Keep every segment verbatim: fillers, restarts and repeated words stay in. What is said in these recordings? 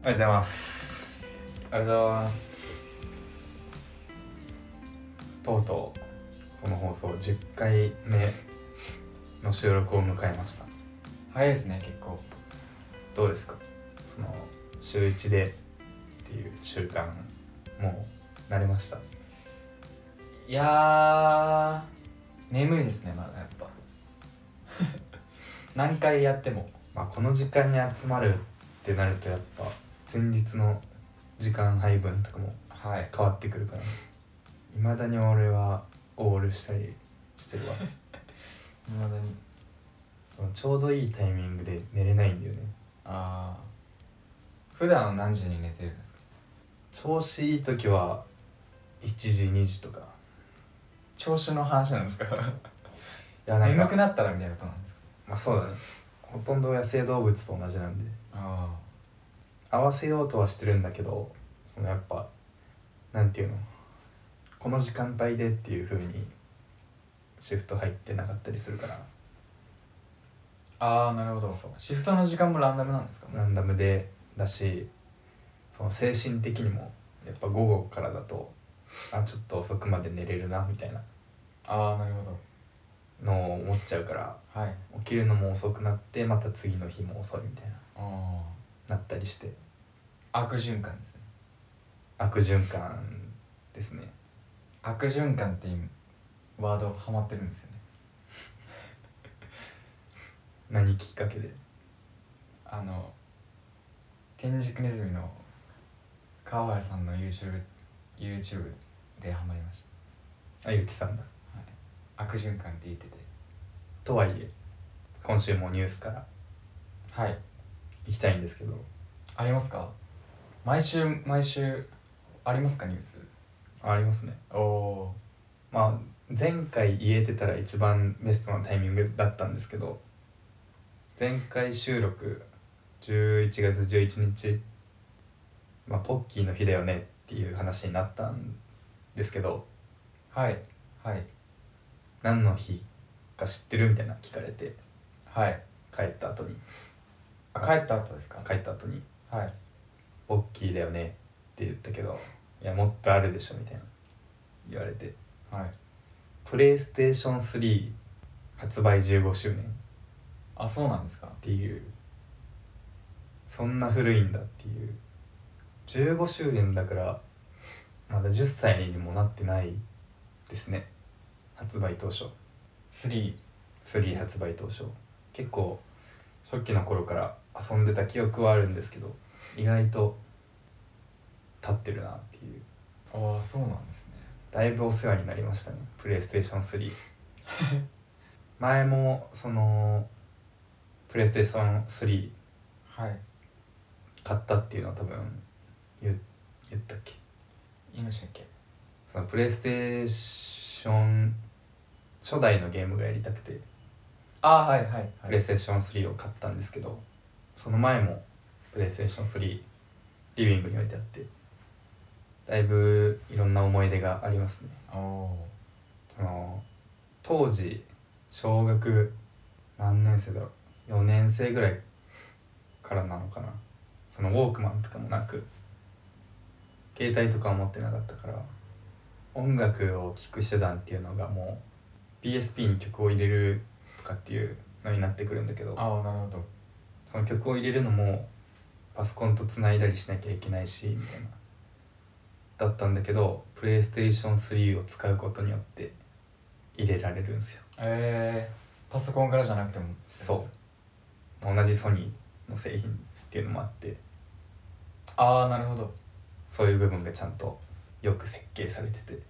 おはようございます。 ありがとうございます。 とうとうこの放送じゅっかいめの収録を迎えました。 早いですね、結構。 どうですか、その週いちでっていう習慣、もう慣れました？ いやー、眠いですね、まだやっぱ何回やっても。 まあこの時間に集まるってなるとやっぱ前日の時間配分とかもはい変わってくるから、ね、未だに俺はオールしたりしてるわ未だに。 そのちょうどいいタイミングで寝れないんだよね。 あー、普段何時に寝てるんですか？ 調子いい時はいちじにじとか。 調子の話なんですか？ いやなんか眠くなったらみたいなことなんですか？ まあそうだね、ほとんど野生動物と同じなんであ合わせようとはしてるんだけど、そのやっぱなんていうの、この時間帯でっていう風にシフト入ってなかったりするから、 ーあー、なるほど。 そうシフトの時間もランダムなんですか？ ランダムでだし、その精神的にもやっぱ午後からだとあちょっと遅くまで寝れるなみたいなあー、なるほど。 のを思っちゃうから、 はい。 起きるのも遅くなってまた次の日も遅いみたいあななったりして、 ー、悪循環ですね。 悪循環ですね。 悪循環っていうワードハマってるんですよね。 何きっかけで？ あの天竺ネズミの川原さんの YouTube, YouTube でハマりましあ、言ってたんだ。 た、はい、悪循環って言ってて。 とはいえ今週もニュースからはい行きたいんですけど。 ありますか？毎週毎週ありますか、ニュース？ ありますね。 おおまあ前回言えてたら一番ベストなタイミングだったんですけど、前回収録じゅういちがつじゅういちにち、まあ、ポッキーの日だよねっていう話になったんですけど、 はいはい何の日か知ってるみたいな聞かれて、 はい帰った後にあ帰った後ですか？ 帰った後にはいポッキーだよねって言ったけど、いやもっとあるでしょみたいな言われて、 はいプレイステーションスリー発売じゅうごしゅうねんっあ、そうなんですか？ ていう、そんな古いんだっていう。じゅうごしゅうねんだからまだじゅっさいにもなってないですね。発売当初スリスリー発売当初結構初期の頃から遊んでた記憶はあるんですけど、意外と経ってるなっていう。 ーああ、そうなんですね。 だいぶお世話になりましたね、プレイステーションスリー前もそのプレイステーションスリはいー買ったっていうのは多分言, 言ったっけ。 言いましたっけ？ そのプレイステーション初代のゲームがやりたくてああ、はいはいはいプレイステーションスリーを買ったんですけど、その前もプレイステーションスリーリビングに置いてあって、だいぶいろんな思い出がありますね。 おおその当時小学何年生だろう、よねんせいぐらいからなのかな、そのウォークマンとかもなく携帯とかを持ってなかったから、音楽を聴く手段っていうのがもう ピーエスピー に曲を入れるとかっていうのになってくるんだけど、 ああ、なるほど。 その曲を入れるのもパソコンとつないだりしなきゃいけないしみたいなだったんだけど、プレイステーションスリーを使うことによって入れられるんですよ。 えー、パソコンからじゃなくても？ そう同じソニーの製品っていうのもあって、 ああ、なるほど。 そういう部分がちゃんとよく設計されてて、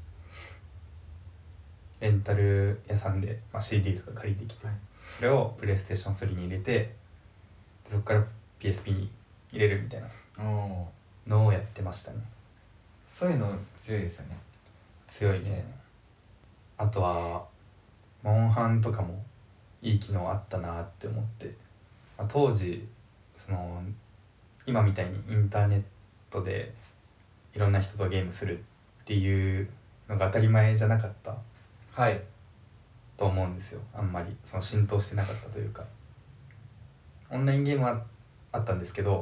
レンタル屋さんで、まあ、シーディー とか借りてきて、 はいそれをプレイステーションスリーに入れて、そこから ピーエスピー に入れるみたいなおお、 のをやってましたね。 そういうの強いですよね。 強いね。あとはモンハンとかもいい機能あったなって思って、まあ、当時その今みたいにインターネットでいろんな人とゲームするっていうのが当たり前じゃなかったはいと思うんですよ。あんまりその浸透してなかったというか、オンラインゲームはあったんですけど、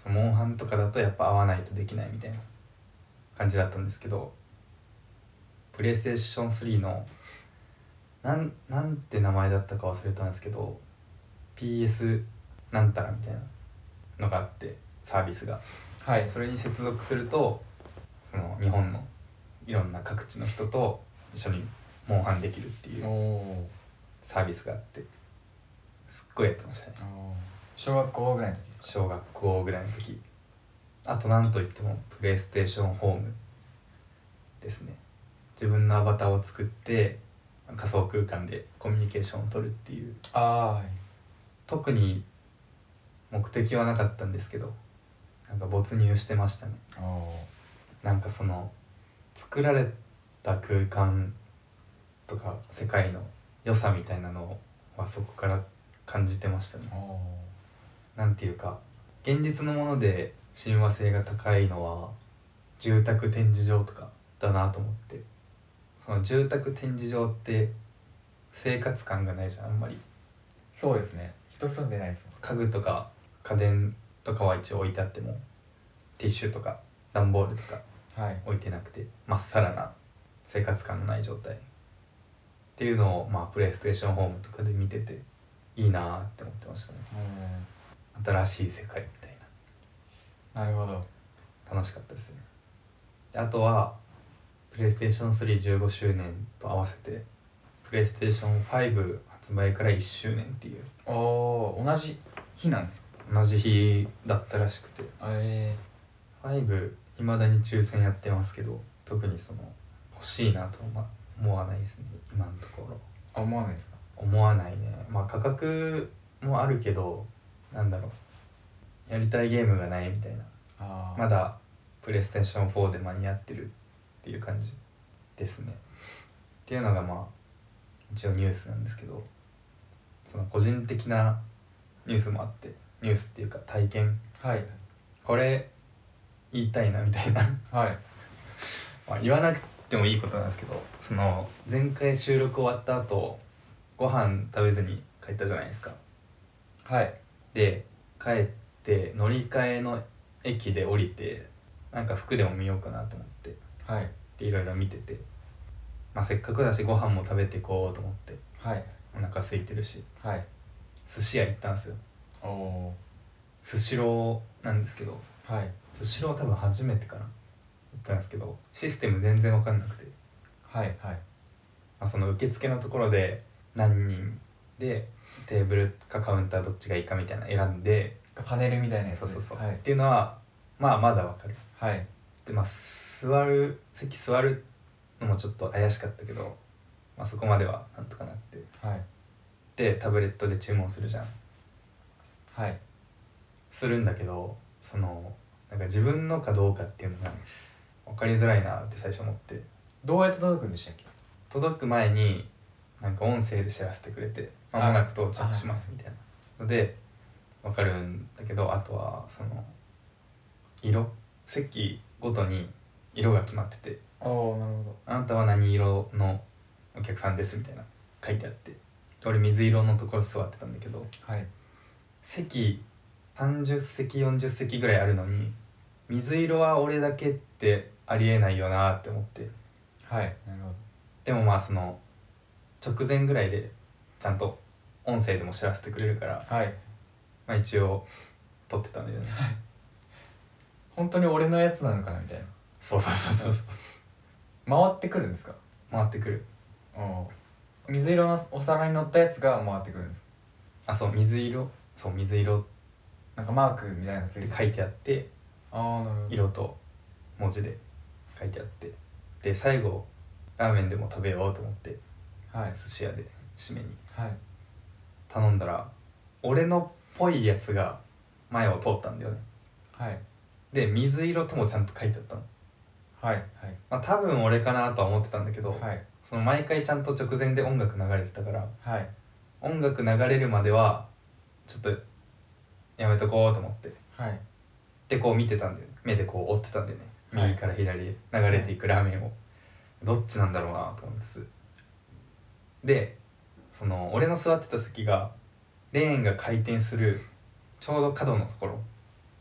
そのモンハンとかだとやっぱ合わないとできないみたいな感じだったんですけど、プレイステーションスリーのなんなんて名前だったか忘れたんですけど ピーエス なんたらみたいなのがあって、サービスが、 はい。 それに接続するとその日本のいろんな各地の人と一緒にモンハンできるっていうおおサービスがあって、すっごいやってましたね。 ー。小学校ぐらいの時ですか？ 小学校ぐらいの時。あとなんといってもプレイステーションホームですね。自分のアバターを作って仮想空間でコミュニケーションを取るっていう、 ああ、はい。 特に目的はなかったんですけど、なんか没入してましたね。 おおなんかその作られた空間とか世界の良さみたいなのはそこから感じてましたね。 ー。おなんていうか、現実のもので親和性が高いのは住宅展示場とかだなと思って、その住宅展示場って生活感がないじゃん、あんまり。 そうですね。人住んでないですもん。 家具とか家電とかは一応置いてあっても、ティッシュとか段ボールとかはい。 置いてなくて、まっさらな生活感のない状態っていうのを、まあプレイステーションホームとかで見てていいなーって思ってましたね。 う新しい世界みたいん。なるほど。 な、楽しかったですね。であとはプレイステーションスリーじゅうごしゅうねんと合わせてプレイステーションファイブ発売からいっしゅうねんっていう、 おお、同じ日なんですか？ 同じ日だったらしくて、 えファイブ未だに抽選やってますけど、特にその欲しいなとは思わないですね、今のところ。 ー、あ、思わないですか？ 思わないね。まあ価格もあるけど、なんだろう、やりたいゲームがないみたいな。 ああ。 まだプレイステーションフォーで間に合ってるっていう感じですね。っていうのがまあ一応ニュースなんですけど、その個人的なニュースもあって、ニュースっていうか体験、 はいこれ言いたいなみたいなはいまあ言わなくてもいいことなんですけど、その前回収録終わった後ご飯食べずに帰ったじゃないですか。 はいで帰って乗り換えの駅で降りて、なんか服でも見ようかなと思ってはいでいろいろ見てて、まあ、せっかくだしご飯も食べていこうと思って、 はいお腹空いてるしはい寿司屋行ったんですよ。 おおスシローなんですけど、 ー。はいスシロー多分初めてかな行ったんですけど、システム全然分かんなくて、 はいはいまあ、その受付のところで何人でテーブルかカウンターどっちがいいかみたいな選んで、 パネルみたいなやつそうそうそう、 はいっていうのはまあまだ分かる。 はいでまあ座る席座るのもちょっと怪しかったけど、まあ、そこまではなんとかなって、 はいでタブレットで注文するじゃん。 はいするんだけど、そのなんか自分のかどうかっていうのが分かりづらいなって最初思って、 どうやって届くんでしたっけ？ 届く前になんか音声で知らせてくれて、間もなく到着しますみたいなので分かるんだけど、あとはその色、席ごとに色が決まってて、 おお、なるほど。 あなたは何色のお客さんですみたいな書いてあって、俺水色のところ座ってたんだけど、 はい席さんじゅっせきよんじゅっせきぐらいあるのに水色は俺だけってありえないよなって思って、 はいなるほど。 でもまあその直前ぐらいでちゃんと音声でも知らせてくれるから、 はいまあ、一応撮ってたんだよね本当に俺のやつなのかなみたいな。 そうそうそうそうそう回ってくるんですか？ 回ってくる。 おお。水色のお皿に乗ったやつが回ってくるんですか？ あ、そう水色、そう水色っなんかマークみたいなのついてる。 て書いてあって、 ああなるほど。 色と文字で書いてあって、で最後ラーメンでも食べようと思ってはい寿司屋で締めにはい頼んだら、俺のっぽいやつが前を通ったんだよね。 はいで水色ともちゃんと書いてあったの。 はいはいまあ多分俺かなとは思ってたんだけど、 はいその毎回ちゃんと直前で音楽流れてたから、 はい音楽流れるまではちょっとやめとこうと思ってはいでこう見てたんだよね。目でこう追ってたんだよね、 はい右から左へ流れていくラーメンを、どっちなんだろうなと思いつつ、でその俺の座ってた席がレーンが回転するちょうど角のところ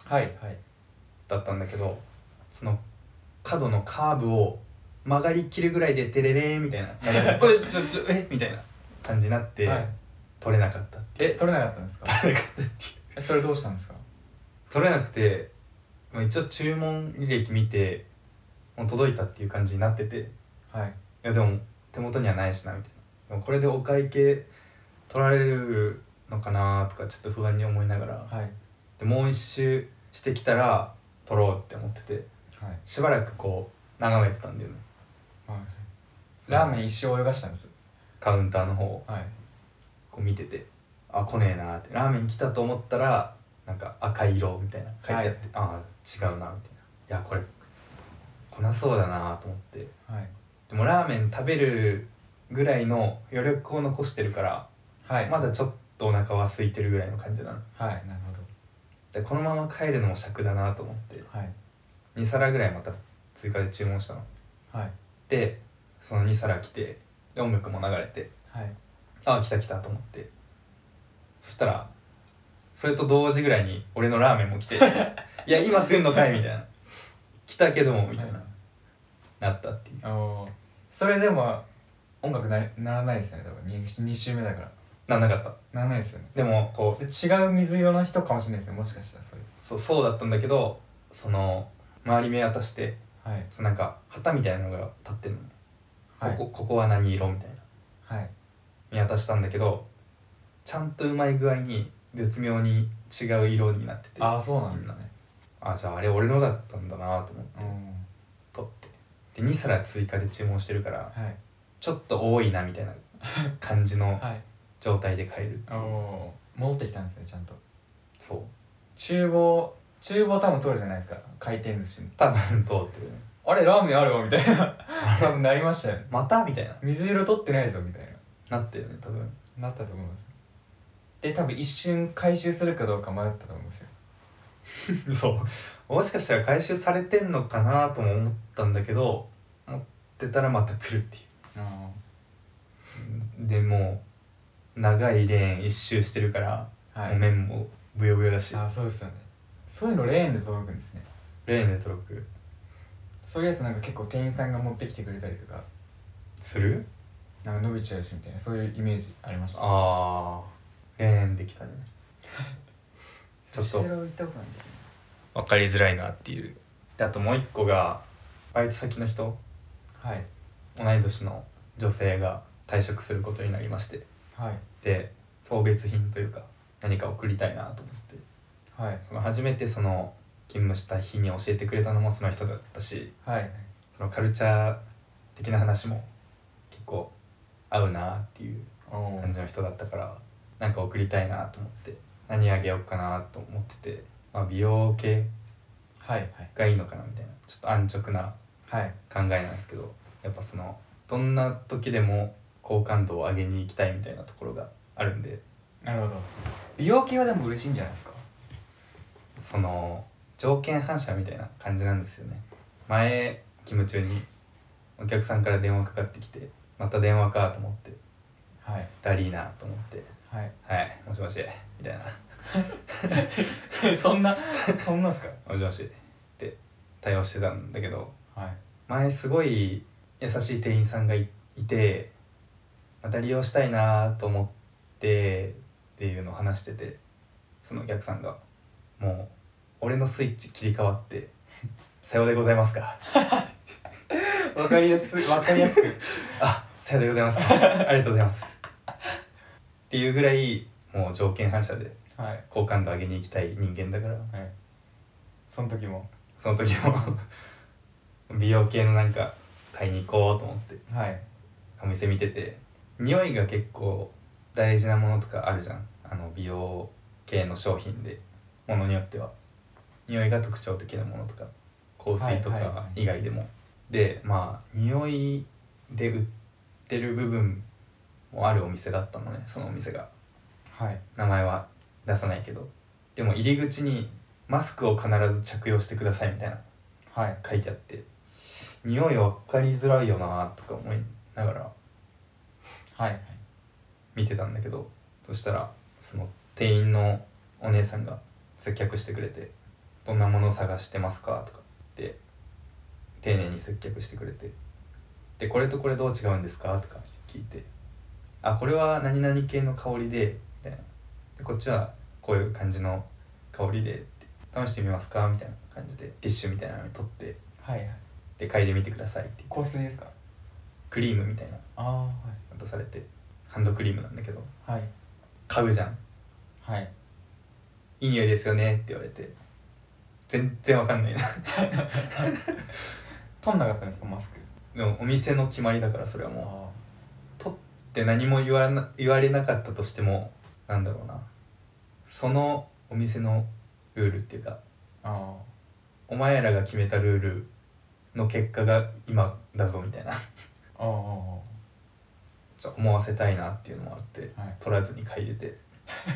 はいはいだったんだけど、その角のカーブを曲がりきるぐらいでテレレーみたいなおいちょちょえみたいな感じになって、はい、取れなかったっていう。 え取れなかったんですか？ 取れなかったっていう。 えそれどうしたんですか？ 取れなくて、まあ、一応注文履歴見てもう届いたっていう感じになってて、 はい、いやでも手元にはないしなみたいな、でもこれでお会計取られるのかなとかちょっと不安に思いながら、 はい、 でもう一周してきたら取ろうって思ってて、 はい、 しばらくこう眺めてたんだよね、 はい、ラーメン一生泳がしたんです。 カウンターの方をはい、 こう見てて、あ来ねえなって、ラーメン来たと思ったらなんか赤い色みたいな書いてあって、はい、ああ違うなみたいな、いやこれ来なそうだなと思って、 はい、 でもラーメン食べるぐらいの余力を残してるから、はい、まだちょっとお腹は空いてるぐらいの感じなの。 はい、なるほど。でこのまま帰るのも尺だなと思って、はい、に皿ぐらいまた追加で注文したの。はい、でそのに皿来て、で音楽も流れて、はい、あ来た来たと思って、そしたらそれと同時ぐらいに俺のラーメンも来ていや今来んのかいみたいな、来たけどもみたいな、はい、なったっていう。 おそれでも音楽 な, ならないですよね多分 2, 2週目だから。 なんなかった。 ならないですよね。 でもこうで違う水色の人かもしれないですね、もしかしたら。それそうそうだったんだけど、その周り見渡して、 はい、 そのなんか旗みたいなのが立ってるのね、はい、ここここは何色みたいな、はい、見渡したんだけど、ちゃんとうまい具合に絶妙に違う色になってて、 ああそうなんですね。 あじゃああれ俺のだったんだなと思って、うん、取ってでに皿追加で注文してるから、はい、ちょっと多いなみたいな感じの状態で帰るっていう、 はい、戻ってきたんですねちゃんと。 そう厨房厨房多分通るじゃないですか、回転寿司に多分通ってるね。 あれラーメンあるわみたいな多分なりましたよね。 またみたいな、 水色取ってないぞみたいななったよね多分。 なったと思います。で多分一瞬回収するかどうか迷ったと思うんですよそうもしかしたら回収されてんのかなとも思ったんだけど、持ってたらまた来るっていう。あでもう長いレーン一周してるから、はい、もう麺もブヨブヨだし。 あそうですよね。そういうのレーンで届くんですね。 レーンで届く。 そういうやつなんか結構店員さんが持ってきてくれたりとかする？ なんか伸びちゃうしみたいな、そういうイメージありました。 ああレーンできたねちょっと分かりづらいなっていう。であともう一個がバイト先の人、はい、同い年の女性が退職することになりまして、はい、で送別品というか何か送りたいなと思って、はい、その初めてその勤務した日に教えてくれたのもその人だったし、はい、そのカルチャー的な話も結構合うなっていう感じの人だったから、なんか送りたいなと思って何あげようかなと思ってて、まあ、美容系がいいのかなみたいな、ちょっと安直な考えなんですけど、やっぱそのどんな時でも好感度を上げに行きたいみたいなところがあるんで。 なるほど。美容系はでも嬉しいんじゃないですか。 その条件反射みたいな感じなんですよね。前勤務中にお客さんから電話かかってきて、また電話かと思って、はい、だりーなと思って、はい、はい、もしもしみたいなそんなそんなんすかもしもしって対応してたんだけど、はい、前すごい優しい店員さんが い, いてまた利用したいなと思ってっていうのを話してて、そのお客さんがもう俺のスイッチ切り替わってさようでございますかわかりやすわかりやすくあさようでございますかありがとうございますっていうぐらいもう条件反射で好感度上げに行きたい人間だから、はい、 その時もその時も美容系のなんか買いに行こうと思って、はい、お店見てて、匂いが結構大事なものとかあるじゃん、あの美容系の商品で、ものによっては匂いが特徴的なものとか香水とか以外でも、はいはいはい、でまあ匂いで売ってる部分もあるお店だったのね、そのお店が、はい、名前は出さないけど、でも入り口にマスクを必ず着用してくださいみたいな、はい、書いてあって、匂い分かりづらいよなとか思いながら、はい、見てたんだけど、そしたらその店員のお姉さんが接客してくれて、 どんなものを探してますかとかって丁寧に接客してくれて、でこれとこれどう違うんですかとか聞いて、あこれは何々系の香りでみたいな、でこっちはこういう感じの香りでって試してみますかみたいな感じでティッシュみたいなのに取って、 はいはい。 で嗅いでみてくださいって香水ですか？ クリームみたいなああ、はい渡されて、ハンドクリームなんだけどはい買うじゃん、 はい。 いい匂いですよねって言われて、全然わかんないな取んなかったんですかマスク？ でもお店の決まりだからそれはもあう取って何も言わな言われなかったとしても、なんだろうな、そのお店のルールっていうか、 あお前らが決めたルールの結果が今だぞみたいなあああちょっと思わせたいなっていうのもあって、 はい、 取らずに嗅いでて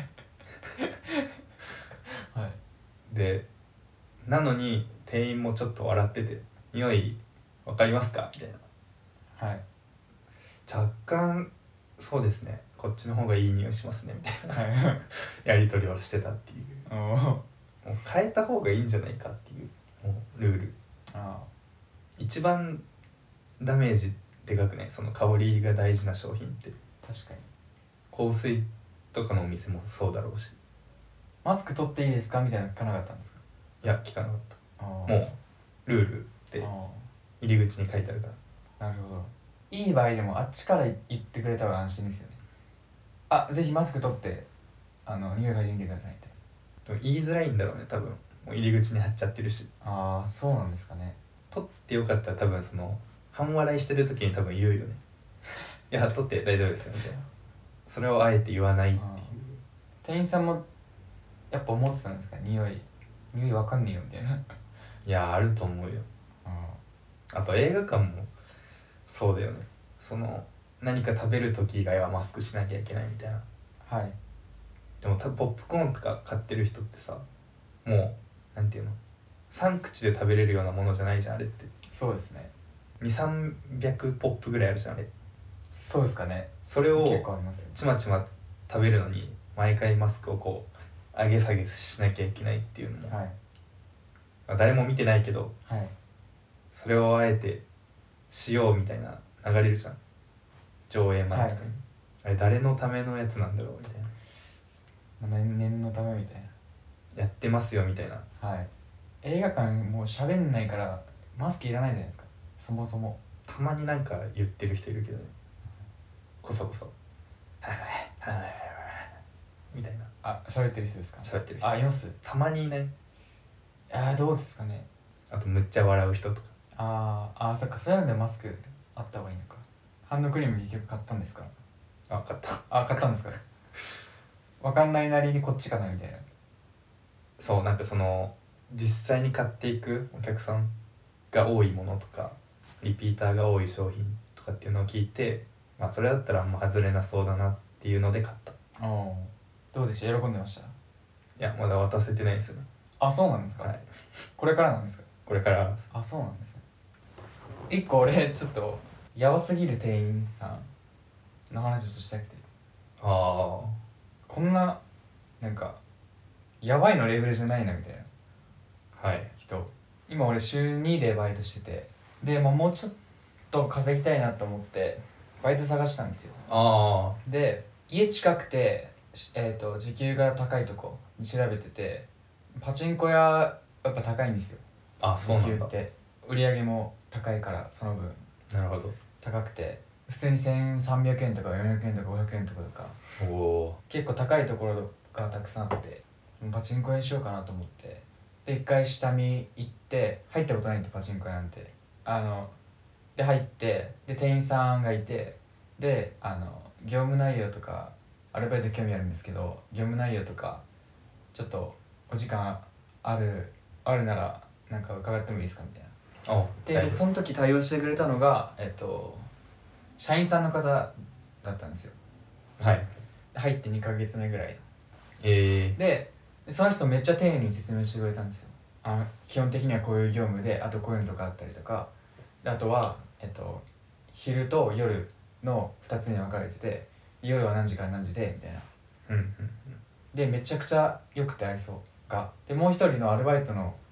はいでなのに店員もちょっと笑ってて、匂いわかりますかみたいな、 はい若干そうですねこっちの方がいい匂いしますねみたいなはいやり取りをしてたっていう、 おもう変えた方がいいんじゃないかっていうもうルール、 あ一番ダメージでかくない？その香りが大事な商品って。 確かに。 香水とかのお店もそうだろうし。 マスク取っていいですかみたいなの聞かなかったんですか？ いや聞かなかった。 あもうルールってあ入り口に書いてあるから。 なるほど。いい場合でもあっちから言ってくれた方が安心ですよね。あ、ぜひマスク取ってあの匂い嗅いでみてくださいって。 でも言いづらいんだろうね多分、もう入り口に貼っちゃってるし。 ああそうなんですかね。 取ってよかったら多分その半笑いしてる時に多分言うよねいや取って大丈夫ですよみたいな、それをあえて言わないっていう。 店員さんもやっぱ思ってたんですか？匂い匂いわかんねえよみたいな。 いやあると思うよ。あと映画館もそうだよね、その何か食べる時以外はマスクしなきゃいけないみたいな。 はい。 でも多分ポップコーンとか買ってる人ってさ、もうなんていうの、さん口で食べれるようなものじゃないじゃんあれって。 そうですね。 にせんさんびゃくポップぐらいあるじゃんあれ。 そうですかね。 それを結構ありますよ。 ちまちま食べるのに毎回マスクをこう上げ下げしなきゃいけないっていうのも、 はいまあ誰も見てないけどはいそれをあえてしようみたいな流れるじゃん上映前とかに、 はい、 あれ誰のためのやつなんだろうみたいな、 まあ、念念のためみたいやってますよみたいな。 な。はい。映画館もう喋んないからマスクいらないじゃないですかそもそも。 たまになんか言ってる人いるけどね、こそこそみたいなあ、喋ってる人ですか？ 喋ってる人あ、います。 たまにいない？ あーどうですかね。 あとむっちゃ笑う人とか。 あーあーそっか、そういうのでマスクあった方がいいのか。ハンドクリーム結局買ったんですか？ あ分かった。 あ、買ったんですか？わかんないなりにこっちかなみたいな。 そうなんかその実際に買っていくお客さんが多いものとかリピーターが多い商品とかっていうのを聞いて、まあそれだったらあんま外れなそうだなっていうので買った。 おお、どうでした？喜んでました？ いやまだ渡せてないですね。 あ、そうなんですか、 はい、 これからなんですか？ これからあ、そうなんですね。一個俺ちょっとやばすぎる店員さんの話をしたくて。 ああこんななんかやばいのレベルじゃないなみたいなはい人。今俺週にでバイトしてて、で、まあ、もうちょっと稼ぎたいなと思ってバイト探したんですよ。 あで家近くて、えー、と時給が高いとこに調べてて、パチンコ屋やっぱ高いんですよ。 ああそうなんだ。 時給って売り上げも高いからその分なるほど。 高くて、普通にせんさんびゃくえんとかよんひゃくえんとかごひゃくえんとかとかおお結構高いところがたくさんあって、パチンコ屋にしようかなと思って、で一回下見行って入ったことないんでパチンコ屋なんて、あので入って、で店員さんがいて、であの業務内容とかアルバイト興味あるんですけど業務内容とかちょっとお時間あるあるならなんか伺ってもいいですかみたいな。 あででその時対応してくれたのが、えっと、社員さんの方だったんですよ。 はい入ってにかげつめぐらいえー、 で、その人めっちゃ丁寧に説明してくれたんですよ。あ基本的にはこういう業務で、あとこういうのとかあったりとかで、あとは、えっと、昼と夜のふたつに分かれてて、夜は何時から何時でみたいな。 うんうんでめちゃくちゃ良くて愛想が。でもう一人のアルバイトの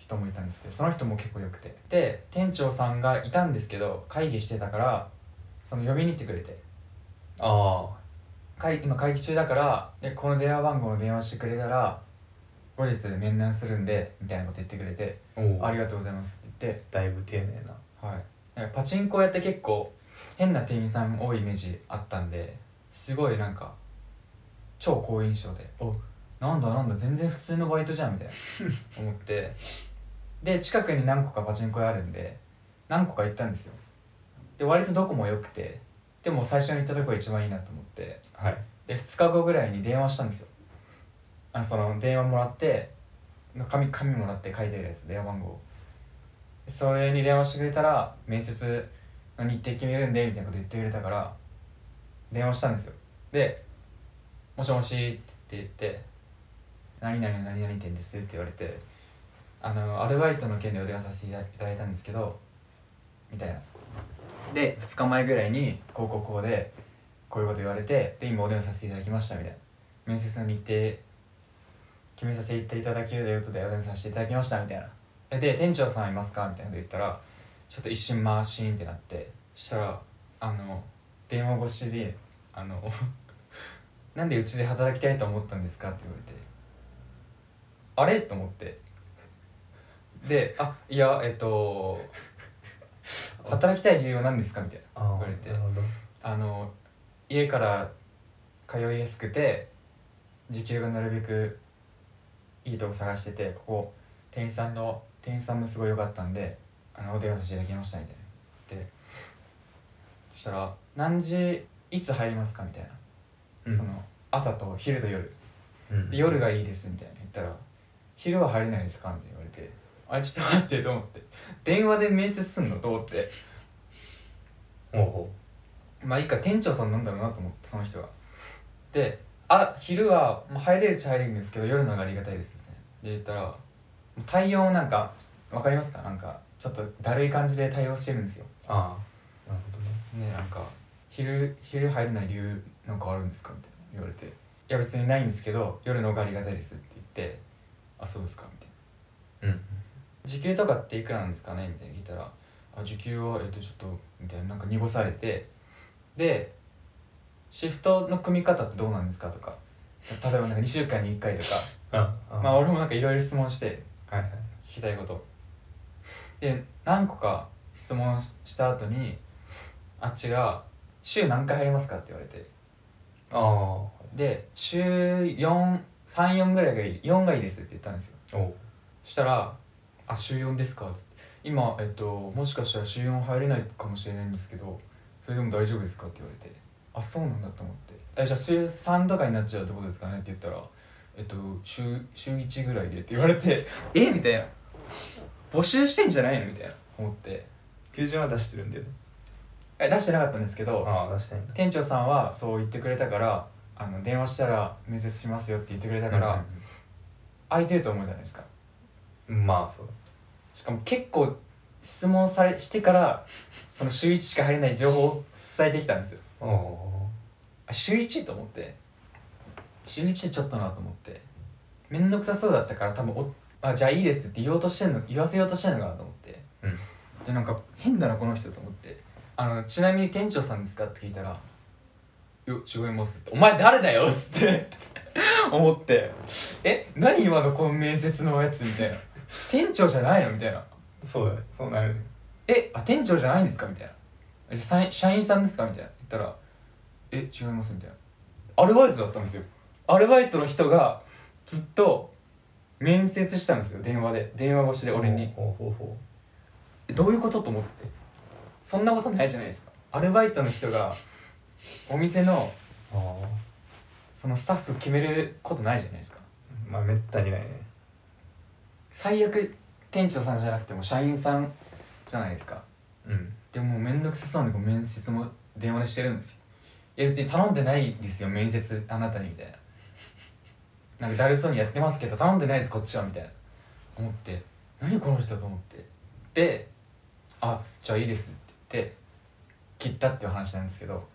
人もいたんですけど、その人も結構良くて、で店長さんがいたんですけど会議してたからその呼びに行ってくれて、 あ会今会議中だからでこの電話番号を電話してくれたら後日面談するんでみたいなこと言ってくれて、 あ、おお、 ありがとうございますって言って、 だいぶ丁寧な。 はい、なんかパチンコやって結構変な店員さん多いイメージあったんで、すごいなんか超好印象で、おなんだなんだ全然普通のバイトじゃんみたいな思ってで近くに何個かパチンコ屋あるんで何個か行ったんですよ。で割とどこも良くて、でも最初に行ったとこが一番いいなと思って、 はい。 でふつかごぐらいに電話したんですよ。あのその電話もらって紙紙もらって書いてるやつ、電話番号、それに電話してくれたら面接の日程決めるんでみたいなこと言ってくれたから電話したんですよ。でもしもしって言って何々の何々店ですって言われて、あのアルバイトの件でお電話させていただいたんですけどみたいな。でふつかまえぐらいにこうこうこうでこういうこと言われて、で今お電話させていただきましたみたいな、面接の日程決めさせていただけるということでお電話させていただきましたみたいな。で店長さんいますかみたいなこと言ったらちょっと一瞬マーシーンってなって、そしたらあの電話越しであのなんでうちで働きたいと思ったんですかって言われて、あれと思って、であいやえっと働きたい理由は何ですかみたいなあ言われて、 なるほど。 あの家から通いやすくて時給がなるべくいいとこ探してて、ここ店員さんの店員さんもすごい良かったんであのお電話させていただきましたみたいな。でそしたら何時いつ入りますかみたいな、 うん、 その朝と昼と夜うんで夜がいいですみたいな言ったら昼は入れないですかみたいな言われて、あれちょっと待ってと思って、電話で面接すんのと思って、 ほうほまあいいか店長さんなんだろうなと思って、その人がであ昼はもう入れるっちゃ入れるんですけど夜の方がありがたいですみたいなで言ったら、対応なんか分かりますか、なんかちょっとだるい感じで対応してるんですよ。 う。ああ、なるほどね。 ね、なんか昼昼入れない理由なんかあるんですかみたいな言われて、いや別にないんですけど夜の方がありがたいですって言って、あそうですかみたいな、 うん、 時給とかっていくらなんですかねみたいな聞いたら、あ時給はえっとちょっとみたいな、なんか濁されて、でシフトの組み方ってどうなんですかとか、例えばなんかにしゅうかんにいっかいとかああ、 まあ俺もなんかいろいろ質問してはいはい。 聞きたいことで何個か質問した後にあっちが週何回入りますかって言われて、 あで週よん、さん、よんぐらいがいい、よんがいいですって言ったんですよ。 あ、おう。 そしたらあ週よんですかって、今えっともしかしたら週よん入れないかもしれないんですけどそれでも大丈夫ですかって言われて、あそうなんだと思って、えじゃあ週さんとかになっちゃうってことですかねって言ったら、えっと週週いちぐらいでって言われてえみたいな、募集してんじゃないのみたいな思って、 求人は出してるんだよね。 え出してなかったんですけどああ、出してないんだ。 店長さんはそう言ってくれたから、あの電話したら面接しますよって言ってくれたから、空いてると思うじゃないですか。 うんうん、まあそうしかも結構質問されしてからその週いちしか入れない情報を伝えてきたんですよ。 だ。おおあ週いちと思って、週いちちょっとなと思って、めんどくさそうだったから多分おあじゃあいいですって言おうとしてんの言わせようとしてんのかなと思って、 ー。うん。 でなんか変だなこの人と思って、あのちなみに店長さんですかって聞いたら「いや違います」って「お前誰だよ」っつって思って、え何今のこの面接のやつみたいな、店長じゃないのみたいな、 そうだね。そうなるね。 えあ店長じゃないんですかみたいな、社員社員さんですかみたいな言ったら、え違いますみたいな、アルバイトだったんですよ。アルバイトの人がずっと面接したんですよ、電話で、電話越しで俺に。 ほうほうほえどういうことと思って、そんなことないじゃないですか。アルバイトの人がお店のう。ああ。 そのスタッフ決めることないじゃないですか。 まあめったにないね。 最悪店長さんじゃなくても社員さんじゃないですか。 うん。 でももうめんどくさそうにこう面接も電話でしてるんですよ。いや別に頼んでないですよ面接あなたにみたいな、なんかだるそうにやってますけど頼んでないですこっちはみたいな思って、何この人と思って、であじゃあいいですって言って切ったっていう話なんですけど、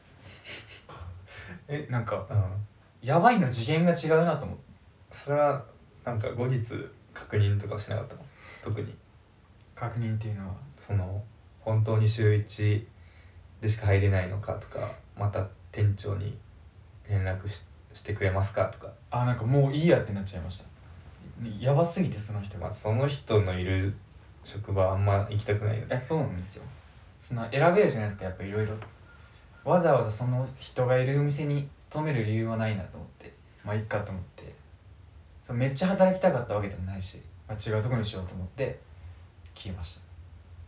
えなんかうん。 やばいの次元が違うなと思って、 それはなんか後日確認とかしなかったの？ 特に確認っていうのはその本当に週いちでしか入れないのかとか、また店長に連絡 し, してくれますかとか。 あ、なんかもういいやってなっちゃいました。やばすぎてその人が、 まあ、その人のいる職場あんま行きたくないよね。 いやそうなんですよ。その選べるじゃないですか、やっぱいろいろわざわざその人がいるお店に勤める理由はないなと思って、まあいっかと思って、そめっちゃ働きたかったわけでもないし、まあ、違うところにしようと思って消えました。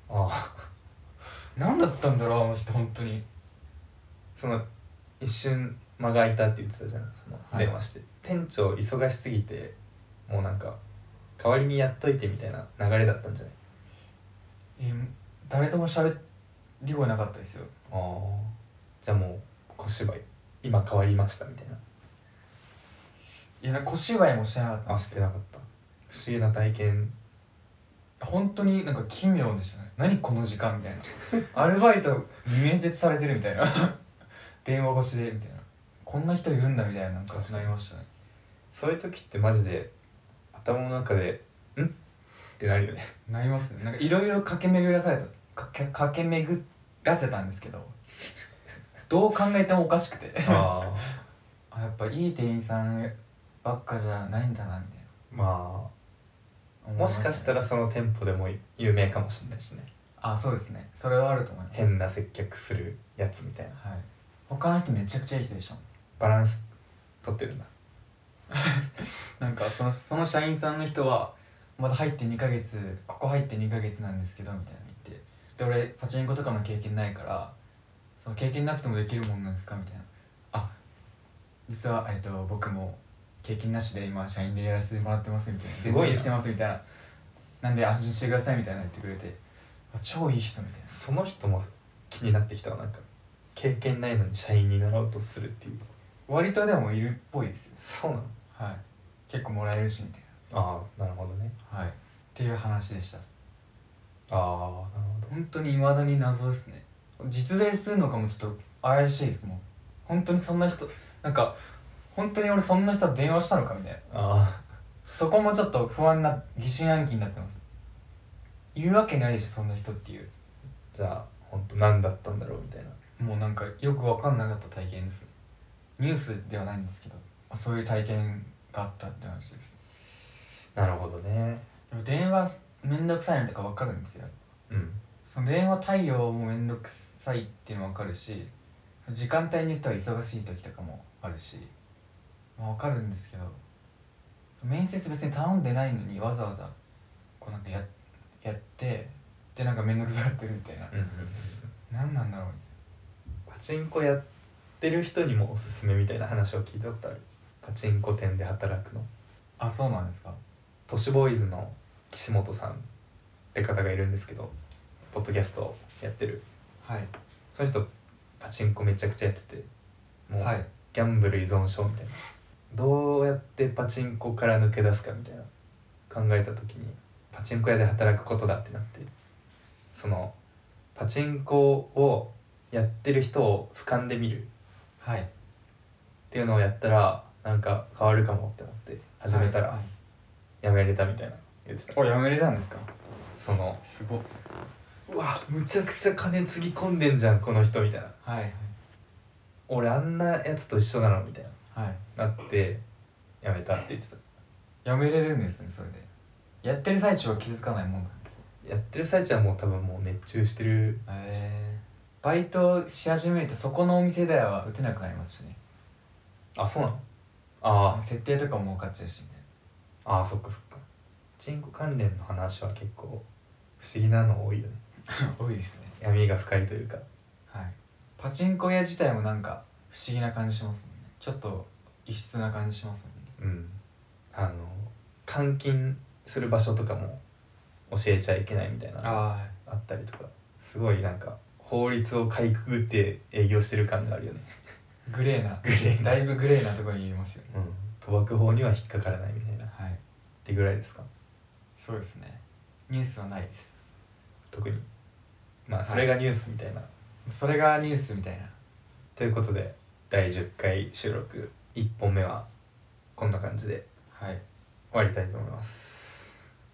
ああ何だったんだろうあの人本当に。 その一瞬間が空いたって言ってたじゃん、そのはい電話して、店長忙しすぎてもうなんか代わりにやっといてみたいな流れだったんじゃない？ え誰とも喋り声なかったですよ。 ああ、じゃあもう小芝居今変わりましたみたいな。 いや小芝居もしてなかったんあ、 ですしてなかった。不思議な体験。 本当になんか奇妙でしたね。何この時間みたいなアルバイトに面接されてるみたいな電話越しでみたいな、こんな人いるんだみたいな、なんかなりましたね。 そういう時ってマジで頭の中でんってなるよね。 なりますね。なんかいろいろ駆け巡らされたかけ駆け巡らせたんですけどどう考えてもおかしくてああ、やっぱいい店員さんばっかじゃないんだなみたいあ、まあもしかしたらその店舗でも有名かもしれないしね。 あ、そうですね、それはあると思います。 変な接客するやつみたいな。 はい、他の人めちゃくちゃいい人でしたもん。 バランス取ってるんだ。 なんかそのその社員さんの人はまだ入ってにかげつ、ここ入ってにかげつなんですけどみたいな言って、で俺パチンコとかの経験ないから、その経験なくてもできるもんなんですかみたいな、あ、実は、えっと、僕も経験なしで今社員でやらせてもらってますみたいな、 すごいな全然できてますみたいな、なんで安心してくださいみたいな言ってくれて、あ、超いい人みたいな。 その人も気になってきたわ。なんか経験ないのに社員になろうとするっていう。 割とでもいるっぽいですよ。 そうなの？ はい、結構もらえるしみたいああ、なるほどね。 な、はい、っていう話でした。 ああ、なるほど。 本当に未だに謎ですね。実在するのかもちょっと怪しいですもん。本当にそんな人、なんか本当に俺そんな人と電話したのかみたいな、 あそこもちょっと不安な疑心暗鬼になってます。いるわけないでしょそんな人っていう。 あ、じゃあ本当何だったんだろうみたいな。 もうなんかよく分かんなかった体験ですね。ニュースではないんですけど、そういう体験があったって話です。 なるほどね。 でも電話めんどくさいのとか分かるんですよ。 うん。 その電話対応もめんどくさいっていうのも分かるし、時間帯によっては忙しい時とかもあるし、まあ、分かるんですけど、面接別に頼んでないのにわざわざこうなんか や, やってでなんか面倒くさがってるみたいな、 うんうんうん、 何なんだろう。 パチンコやってる人にもおすすめみたいな話を聞いたことある。パチンコ店で働くの。 あ、そうなんですか。 都市ボーイズの岸本さんって方がいるんですけど、ポッドキャストをやってる。 はい。 その人パチンコめちゃくちゃやってて、もうはい、 ギャンブル依存症みたいな、どうやってパチンコから抜け出すかみたいな考えた時にパチンコ屋で働くことだってなって、そのパチンコをやってる人を俯瞰で見るはい、 っていうのをやったらなんか変わるかもって思って始めたらはいはい、 やめれたみたいな言ってた。 お、やめれたんですか。 そのすごっ。 うわむちゃくちゃ金つぎ込んでんじゃんこの人みたいな、 はいはい俺あんなやつと一緒なのみたいはい。 ななってやめたって言ってた。 やめれるんですね。それでやってる最中は気づかないもんなんですね。 やってる最中はもう多分もう熱中してる。 へえー、バイトし始めるとそこのお店では打てなくなりますしね。 あ、そうなの？あ設定とかも多かっちゃうしみたいあ、ああ、そっかそっか。パチンコ関連の話は結構不思議なの多いよね。 な多いですね。 闇が深いというか。 はい。パチンコ屋自体もなんか不思議な感じしますもんね。ちょっと異質な感じしますもんね。 うん。あの監禁する場所とかも教えちゃいけないみたいなのああったりとか、すごいなんか法律をかいくぐって営業してる感があるよね。 あ、グレーなグレーなだいぶグレーなところにいますよね。 うん。賭博法には引っかからないみたいなっはい。 てぐらいですか。 そうですね。ニュースはないです。 特にまあそれがニュースみたいな、 それがニュースみたいな。 ということでだいじゅっかい収録いっぽんめはこんな感じではい。 終わりたいと思います。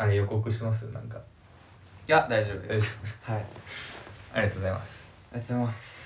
あれ予告しますなんか。 いや大丈夫です。 大丈はい、ありありがとうございます。 がとうございます。